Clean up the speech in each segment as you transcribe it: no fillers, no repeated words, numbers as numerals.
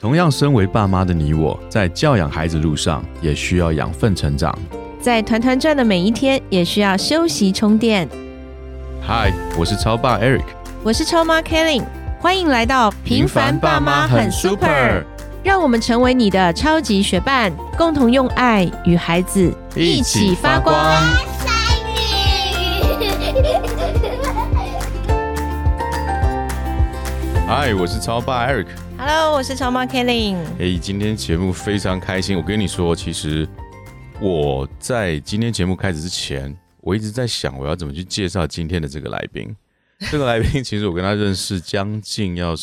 同样身为爸妈的你我，在教养孩子路上也需要养分成长。 在团团转的每一天，也需要休息充电。 嗨，我是超爸 Eric， 我是超妈 Kelly， 欢迎来到平凡爸妈很 super， 让我们成为你的超级学伴，共同用爱与孩子一起发光。 嗨，我是超爸 Eric。Hello， 我是超妈 Kelly。 今天节目非常开心。我跟你说，其实我在今天节目开始之前，我一直在想我要怎么去介绍今天的这个来宾。这个来宾其实我跟他认识将近要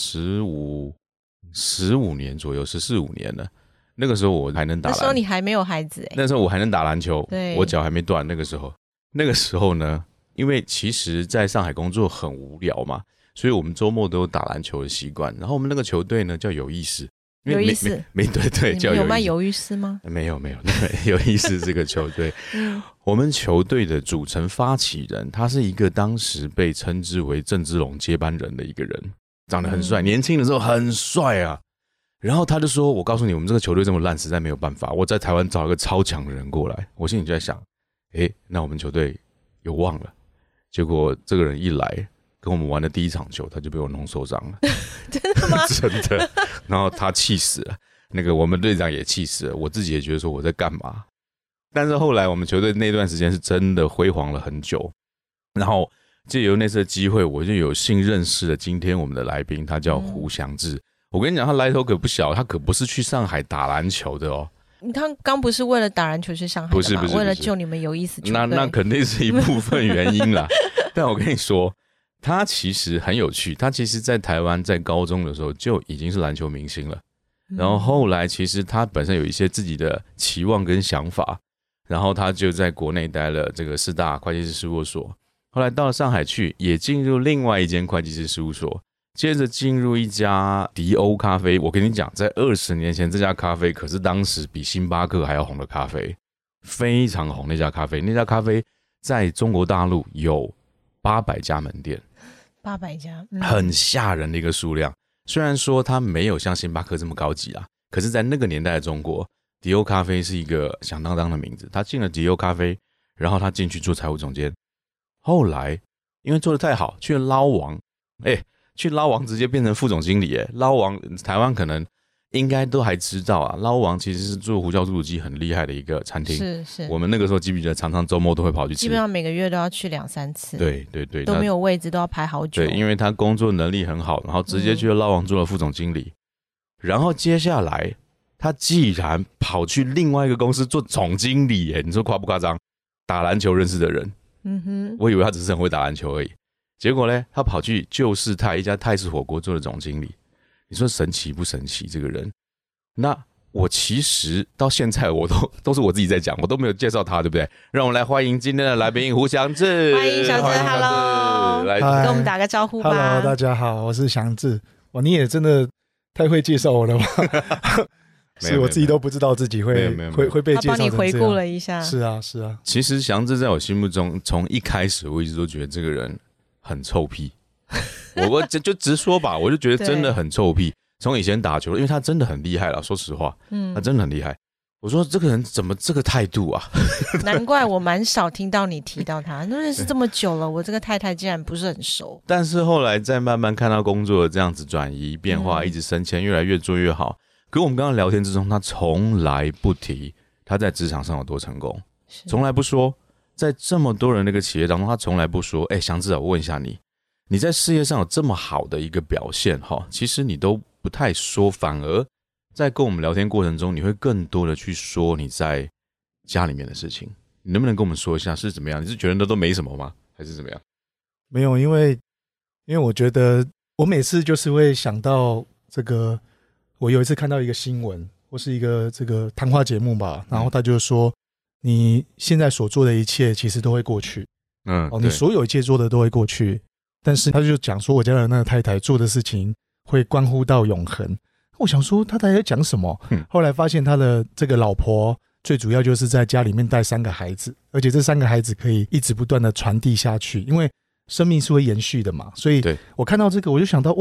15年左右，14、15年了。那个时候我还能打篮球， 那时候你还没有孩子那时候我还能打篮球， 对， 我脚还没断。那个时候呢，因为其实在上海工作很无聊嘛。所以我们周末都有打篮球的习惯，然后我们那个球队呢叫有意思， 有意思， 对，叫有意思。 有卖鱿鱼丝吗？ 没有，有意思这个球队，我们球队的组成发起人，他是一个当时被称之为郑芝龙接班人的一个人，长得很帅，年轻的时候很帅啊。然后他就说：“我告诉你，我们这个球队这么烂，实在没有办法，我在台湾找一个超强的人过来。”我心里就在想，那我们球队有望了。结果这个人一来，跟我们玩的第一场球，他就被我弄受伤了。 真的吗？ 真的。然后他气死了，我们队长也气死了，我自己也觉得说我在干嘛。但是后来我们球队那段时间是真的辉煌了很久。然后借由那次的机会，我就有幸认识了今天我们的来宾，他叫胡祥志。我跟你讲，他来头可不小，他可不是去上海打篮球的哦。 你看，刚不是为了打篮球去上海的吗？不是为了救你们有意思球队。 那肯定是一部分原因啦。但我跟你说，他其实很有趣，他其实在台湾在高中的时候就已经是篮球明星了，然后后来其实他本身有一些自己的期望跟想法，然后他就在国内待了这个4大会计师事务所，后来到了上海去，也进入另外一间会计师事务所，接着进入一家迪欧咖啡。我跟你讲，在20年前，这家咖啡可是当时比星巴克还要红的咖啡，非常红。那家咖啡在中国大陆有800家门店 ，800家， 很吓人的一个数量。虽然说它没有像星巴克这么高级啊，可是在那个年代的中国，迪欧咖啡是一个响当当的名字。他进了迪欧咖啡，然后他进去做财务总监，后来因为做得太好，去了捞王，去捞王直接变成副总经理。捞王台湾可能应该都还知道啊，捞王其实是做胡椒猪肚鸡很厉害的一个餐厅。 是。 我们那个时候记不记得常常周末都会跑去吃， 基本上每个月都要去2-3次。 对， 都没有位置，都要排好久。 对，因为他工作能力很好，然后直接去捞王做了副总经理。然后接下来他既然跑去另外一个公司做总经理，你说夸不夸张？打篮球认识的人，我以为他只是很会打篮球而已。结果呢，他跑去旧世泰一家泰式火锅做了总经理。你说神奇不神奇？这个人，那我其实到现在我都是我自己在讲，我都没有介绍他，对不对？让我们来欢迎今天的来宾胡祥志。 欢迎祥志 ，Hello， 来跟我们打个招呼吧。 Hello， 大家好，我是祥志。哇，你也真的太会介绍我了吧？是我自己都不知道自己会被介绍成这样。他帮你回顾了一下。 是啊。 其实祥志在我心目中，从一开始我一直都觉得这个人很臭屁。我就直说吧，我就觉得真的很臭屁。从以前打球，因为他真的很厉害了，说实话，他真的很厉害。我说这个人怎么这个态度啊？ 难怪我蛮少听到你提到他，认识这么久了，我这个太太竟然不是很熟。 但是后来再慢慢看到工作的这样子转移变化，一直升迁，越来越做越好。可我们刚刚聊天之中，他从来不提他在职场上有多成功，从来不说。在这么多人那个企业当中，他从来不说。祥志啊，我问一下你在事业上有这么好的一个表现，其实你都不太说，反而在跟我们聊天过程中，你会更多的去说你在家里面的事情。你能不能跟我们说一下是怎么样？你是觉得都没什么吗？还是怎么样？ 没有，因为我觉得我每次就是会想到这个，我有一次看到一个新闻或是一个这个谈话节目吧，然后他就说你现在所做的一切其实都会过去，你所有一切做的都会过去。但是他就讲说，我家的那个太太做的事情会关乎到永恒。我想说他在讲什么？后来发现他的这个老婆最主要就是在家里面带3个孩子，而且这3个孩子可以一直不断的传递下去，因为生命是会延续的嘛。所以我看到这个，我就想到哇，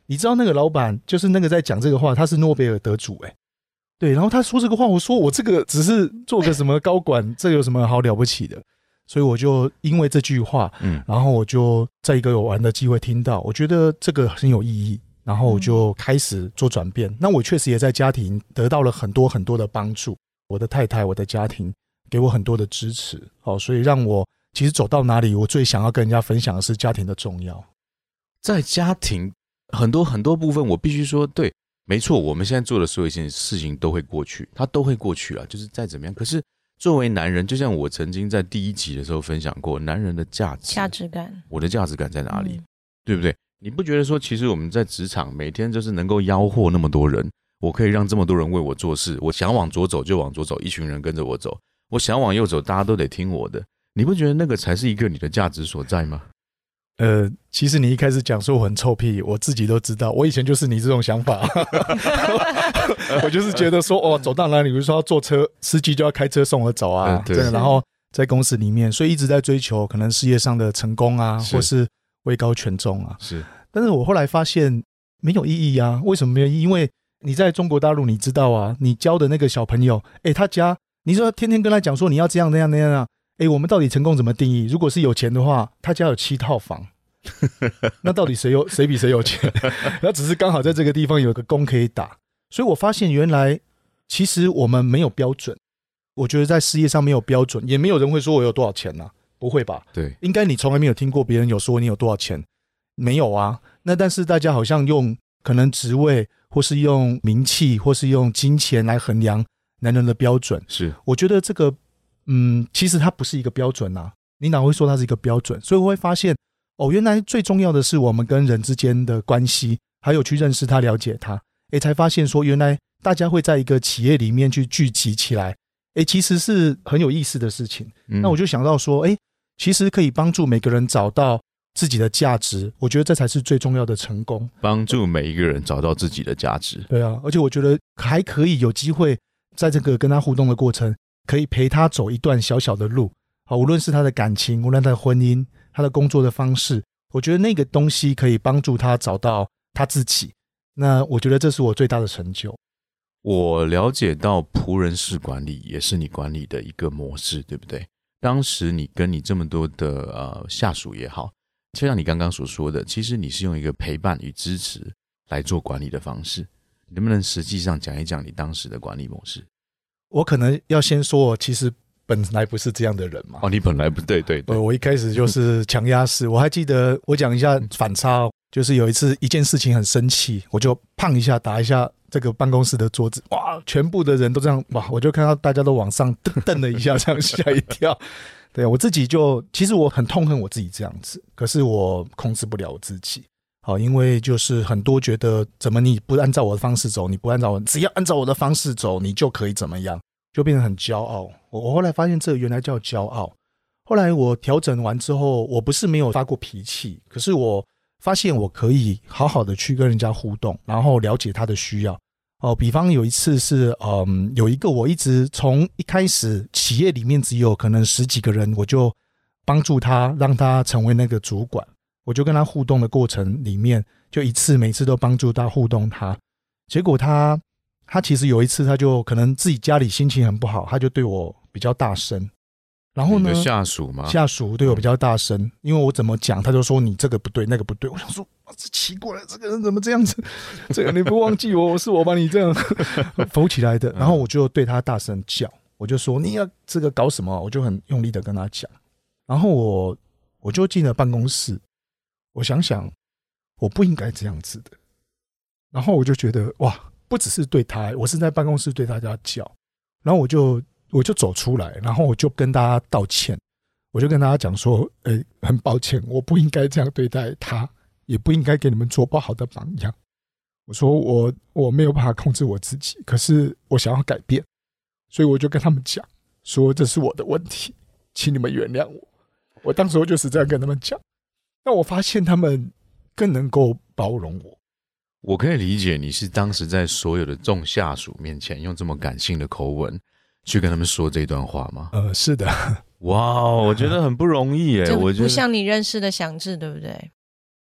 你知道那个老板就是那个在讲这个话，他是诺贝尔得主对，然后他说这个话，我说我这个只是做个什么高管，这有什么好了不起的？所以我就因为这句话，然后我就在一个有玩的机会听到，我觉得这个很有意义，然后我就开始做转变。那我确实也在家庭得到了很多很多的帮助，我的太太、我的家庭给我很多的支持，所以让我其实走到哪里，我最想要跟人家分享的是家庭的重要。 在家庭很多部分，我必须说，对，没错，我们现在做的所有一件事情都会过去，它都会过去了，就是再怎么样。可是作为男人，就像我曾经在第1集的时候分享过，男人的价值感，我的价值感在哪里？对不对？你不觉得说，其实我们在职场每天就是能够吆喝那么多人，我可以让这么多人为我做事，我想往左走就往左走，一群人跟着我走，我想往右走，大家都得听我的，你不觉得那个才是一个你的价值所在吗？ 其实你一开始讲说我很臭屁，我自己都知道，我以前就是你这种想法。我就是觉得说，走到哪里，比如说要坐车，司机就要开车送我走啊， 对， 然后在公司里面，所以一直在追求可能事业上的成功啊，或是位高权重啊。 是， 但是我后来发现没有意义啊。为什么没有意义？因为你在中国大陆，你知道啊，你教的那个小朋友，他家，你说天天跟他讲说你要这样那样那样啊。我们到底成功怎么定义？如果是有钱的话，他家有7套房，那到底谁比谁有钱？那只是刚好在这个地方有个工可以打。所以我发现原来其实我们没有标准，我觉得在事业上没有标准，也没有人会说我有多少钱啊，不会吧？ 对， 应该你从来没有听过别人有说你有多少钱，没有啊。那但是大家好像用可能职位，或是用名气，或是用金钱来衡量男人的标准。 是， 我觉得这个其实它不是一个标准啊，你哪会说它是一个标准？所以我会发现，原来最重要的是我们跟人之间的关系，还有去认识他、了解他，才发现说原来大家会在一个企业里面去聚集起来，其实是很有意思的事情。那我就想到说，其实可以帮助每个人找到自己的价值，我觉得这才是最重要的成功。帮助每一个人找到自己的价值。 对啊，而且我觉得还可以有机会在这个跟他互动的过程，可以陪他走一段小小的路，无论是他的感情，无论他的婚姻，他的工作的方式，我觉得那个东西可以帮助他找到他自己。那我觉得这是我最大的成就。 我了解到仆人式管理也是你管理的一个模式，对不对？当时你跟你这么多的下属也好，就像你刚刚所说的，其实你是用一个陪伴与支持来做管理的方式，能不能实际上讲一讲你当时的管理模式？ 我可能要先说，我其实本来不是这样的人嘛。 你本来不对， 我一开始就是强压式。我还记得，我讲一下反差，就是有一次一件事情很生气，我就砰一下打一下这个办公室的桌子，哇，全部的人都这样，哇，我就看到大家都往上瞪了一下，这样吓一跳。对，我自己其实我很痛恨我自己这样子，可是我控制不了我自己。因为就是很多觉得怎么你不按照我的方式走，你不按照只要按照我的方式走，你就可以怎么样，就变得很骄傲。我后来发现这个原来叫骄傲。后来我调整完之后，我不是没有发过脾气，可是我发现我可以好好的去跟人家互动，然后了解他的需要。比方有一次是有一个我一直从一开始企业里面只有可能10几个人，我就帮助他让他成为那个主管。我就跟他互动的过程里面，就每次都帮助他互动他。结果他其实有一次他就可能自己家里心情很不好，他就对我比较大声。然后呢， 你的下属吗？ 下属对我比较大声，因为我怎么讲他就说你这个不对那个不对。我想说这奇怪了，这个人怎么这样子？这个你不忘记我是我把你这样扶起来的。然后我就对他大声叫，我就说你要这个搞什么？我就很用力的跟他讲。然后我就进了办公室。我想想，我不应该这样子的。然后我就觉得，哇，不只是对他，我是在办公室对大家叫。然后我就走出来，然后我就跟大家道歉。我就跟大家讲说，很抱歉，我不应该这样对待他，也不应该给你们做不好的榜样。我说我没有办法控制我自己，可是我想要改变，所以我就跟他们讲说这是我的问题，请你们原谅我。我当时就是这样跟他们讲。那我发现他们更能够包容我。 我可以理解你是当时在所有的众下属面前用这么感性的口吻去跟他们说这段话吗？ 是的。 哇，我觉得很不容易耶。 这不像你认识的祥志，对不对？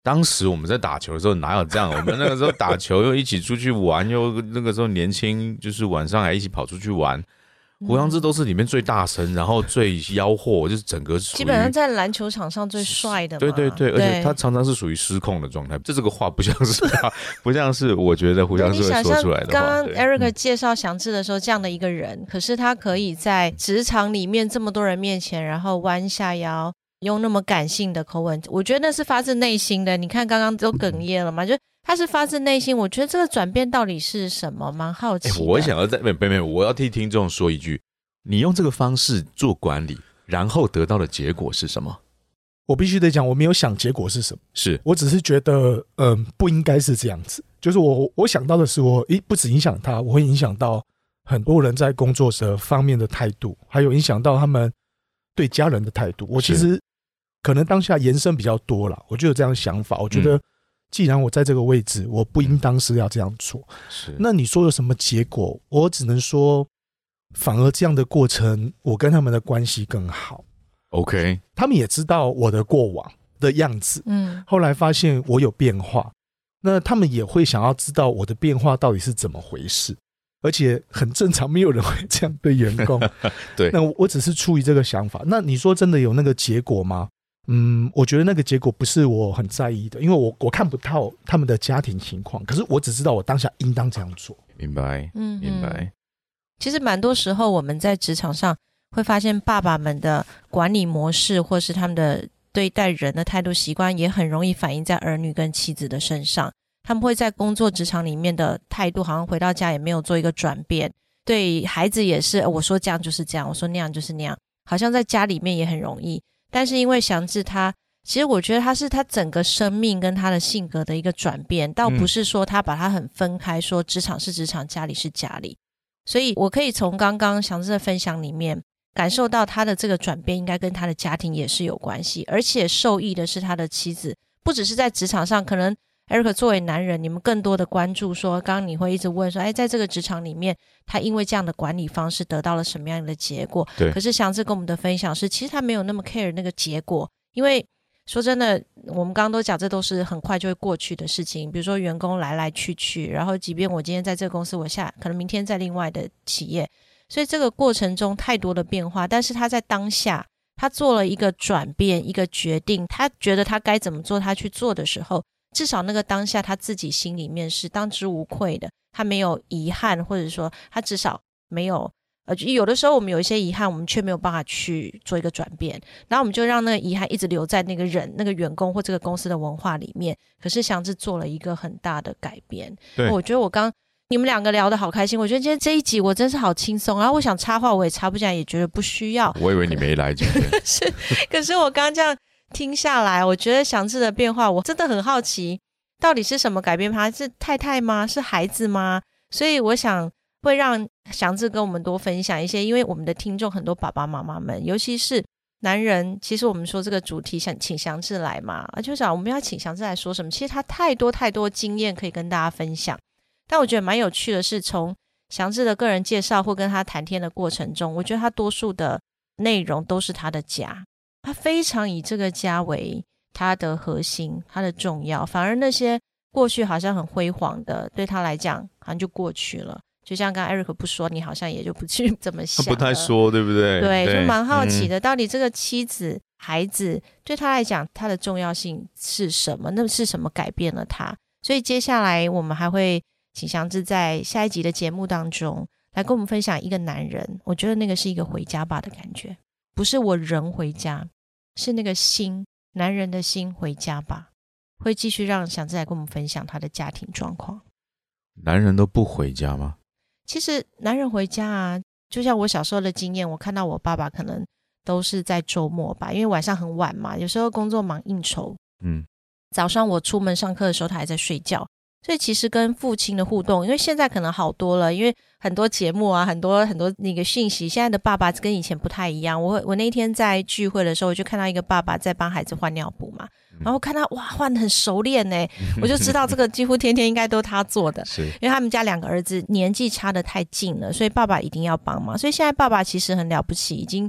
当时我们在打球的时候哪有这样？我们那个时候打球又一起出去玩，又那个时候年轻，就是晚上还一起跑出去玩。胡杨志都是里面最大声，然后最吆喝，就是整个基本上在篮球场上最帅的嘛。 对对对，而且他常常是属于失控的状态。这个话不像是他，不像是我觉得胡杨志会说出来的话。 刚刚 Eric 介绍祥志的时候，这样的一个人，可是他可以在职场里面这么多人面前，然后弯下腰，用那么感性的口吻，我觉得那是发自内心的。你看刚刚都哽咽了嘛，就他是发自内心。我觉得这个转变到底是什么，蛮好奇的。 我想要没，我要替听众说一句，你用这个方式做管理，然后得到的结果是什么？ 我必须得讲，我没有想结果是什么， 是我只是觉得，不应该是这样子。就是我想到的是不止影响他，我会影响到很多人在工作的方面的态度，还有影响到他们对家人的态度。我其实可能当下延伸比较多啦，我就有这样的想法。我觉得既然我在这个位置，我不应当是要这样做。 是， 那你说有什么结果？我只能说，反而这样的过程，我跟他们的关系更好。 OK， 他们也知道我的过往的样子，后来发现我有变化，那他们也会想要知道我的变化到底是怎么回事，而且很正常，没有人会这样对员工。 对， 那我只是出于这个想法。那你说真的有那个结果吗？我觉得那个结果不是我很在意的，因为我看不到他们的家庭情况，可是我只知道我当下应当这样做。 明白，明白。 其实蛮多时候我们在职场上会发现，爸爸们的管理模式或是他们的对待人的态度习惯，也很容易反映在儿女跟妻子的身上。他们会在工作职场里面的态度，好像回到家也没有做一个转变。对孩子也是，我说这样就是这样，我说那样就是那样，好像在家里面也很容易。但是因为祥志他，其实我觉得他是他整个生命跟他的性格的一个转变，倒不是说他把他很分开，说职场是职场，家里是家里。所以我可以从刚刚祥志的分享里面感受到他的这个转变应该跟他的家庭也是有关系，而且受益的是他的妻子。不只是在职场上，可能 Eric 作为男人，你们更多的关注说，刚刚你会一直问说，在这个职场里面他因为这样的管理方式得到了什么样的结果。 对， 可是祥志跟我们的分享是，其实他没有那么 care 那个结果，因为说真的，我们刚刚都讲这都是很快就会过去的事情。比如说员工来来去去，然后即便我今天在这个公司，我可能明天在另外的企业，所以这个过程中太多的变化。但是他在当下他做了一个转变，一个决定，他觉得他该怎么做，他去做的时候，至少那个当下他自己心里面是当之无愧的，他没有遗憾，或者说他至少没有有的时候我们有一些遗憾，我们却没有办法去做一个转变，然后我们就让那个遗憾一直留在那个人、那个员工或这个公司的文化里面。可是祥志做了一个很大的改变。 对， 我觉得你们两个聊得好开心，我觉得今天这一集我真是好轻松，然后我想插话我也插不进来，也觉得不需要。 我以为你没来今天。 可是我刚刚这样听下来，我觉得祥志的变化，我真的很好奇，到底是什么改变他？是太太吗？是孩子吗？所以我想会让祥志跟我们多分享一些，因为我们的听众很多爸爸妈妈们，尤其是男人，其实我们说这个主题想请祥志来嘛，就想我们要请祥志来说什么，其实他太多经验可以跟大家分享。但我觉得蛮有趣的是，从祥志的个人介绍或跟他谈天的过程中，我觉得他多数的内容都是他的家，他非常以这个家为他的核心，他的重要，反而那些过去好像很辉煌的，对他来讲好像就过去了。就像刚刚 Eric 不说，你好像也就不去这么想了， 他不太说，对不对？ 对，就蛮好奇的，到底这个妻子、孩子对他来讲，他的重要性是什么？那是什么改变了他？所以接下来我们还会请祥志在下一集的节目当中来跟我们分享一个男人，我觉得那个是一个回家吧的感觉，不是我人回家，是那个心，男人的心回家吧。会继续让祥志来跟我们分享他的家庭状况。 男人都不回家吗？ 其实男人回家啊，就像我小时候的经验，我看到我爸爸可能都是在周末吧，因为晚上很晚嘛，有时候工作忙应酬，早上我出门上课的时候他还在睡觉，所以其实跟父亲的互动，因为现在可能好多了，因为很多节目啊，很多那个讯息，现在的爸爸跟以前不太一样。我那天在聚会的时候，我就看到一个爸爸在帮孩子换尿布嘛，然后看他哇换得很熟练呢，我就知道这个几乎天天应该都他做的， 是因为他们家两个儿子年纪差得太近了，所以爸爸一定要帮忙。所以现在爸爸其实很了不起，已经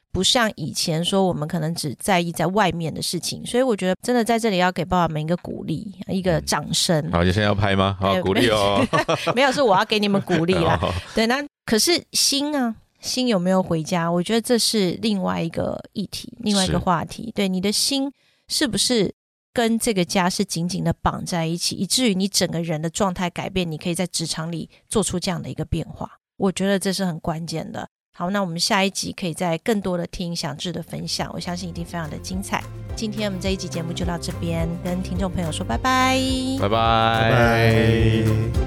不像以前说我们可能只在意在外面的事情，所以我觉得真的在这里要给爸爸们一个鼓励，一个掌声。 好，就现在要拍吗？好，鼓励哦。 没有，是我要给你们鼓励啦。对，那可是心有没有回家？我觉得这是另外一个议题，另外一个话题。对，你的心是不是跟这个家是紧紧的绑在一起，以至于你整个人的状态改变，你可以在职场里做出这样的一个变化。我觉得这是很关键的。好，那我们下一集可以再更多的听祥志的分享，我相信一定非常的精彩。今天我们这一集节目就到这边，跟听众朋友说拜拜， 拜拜。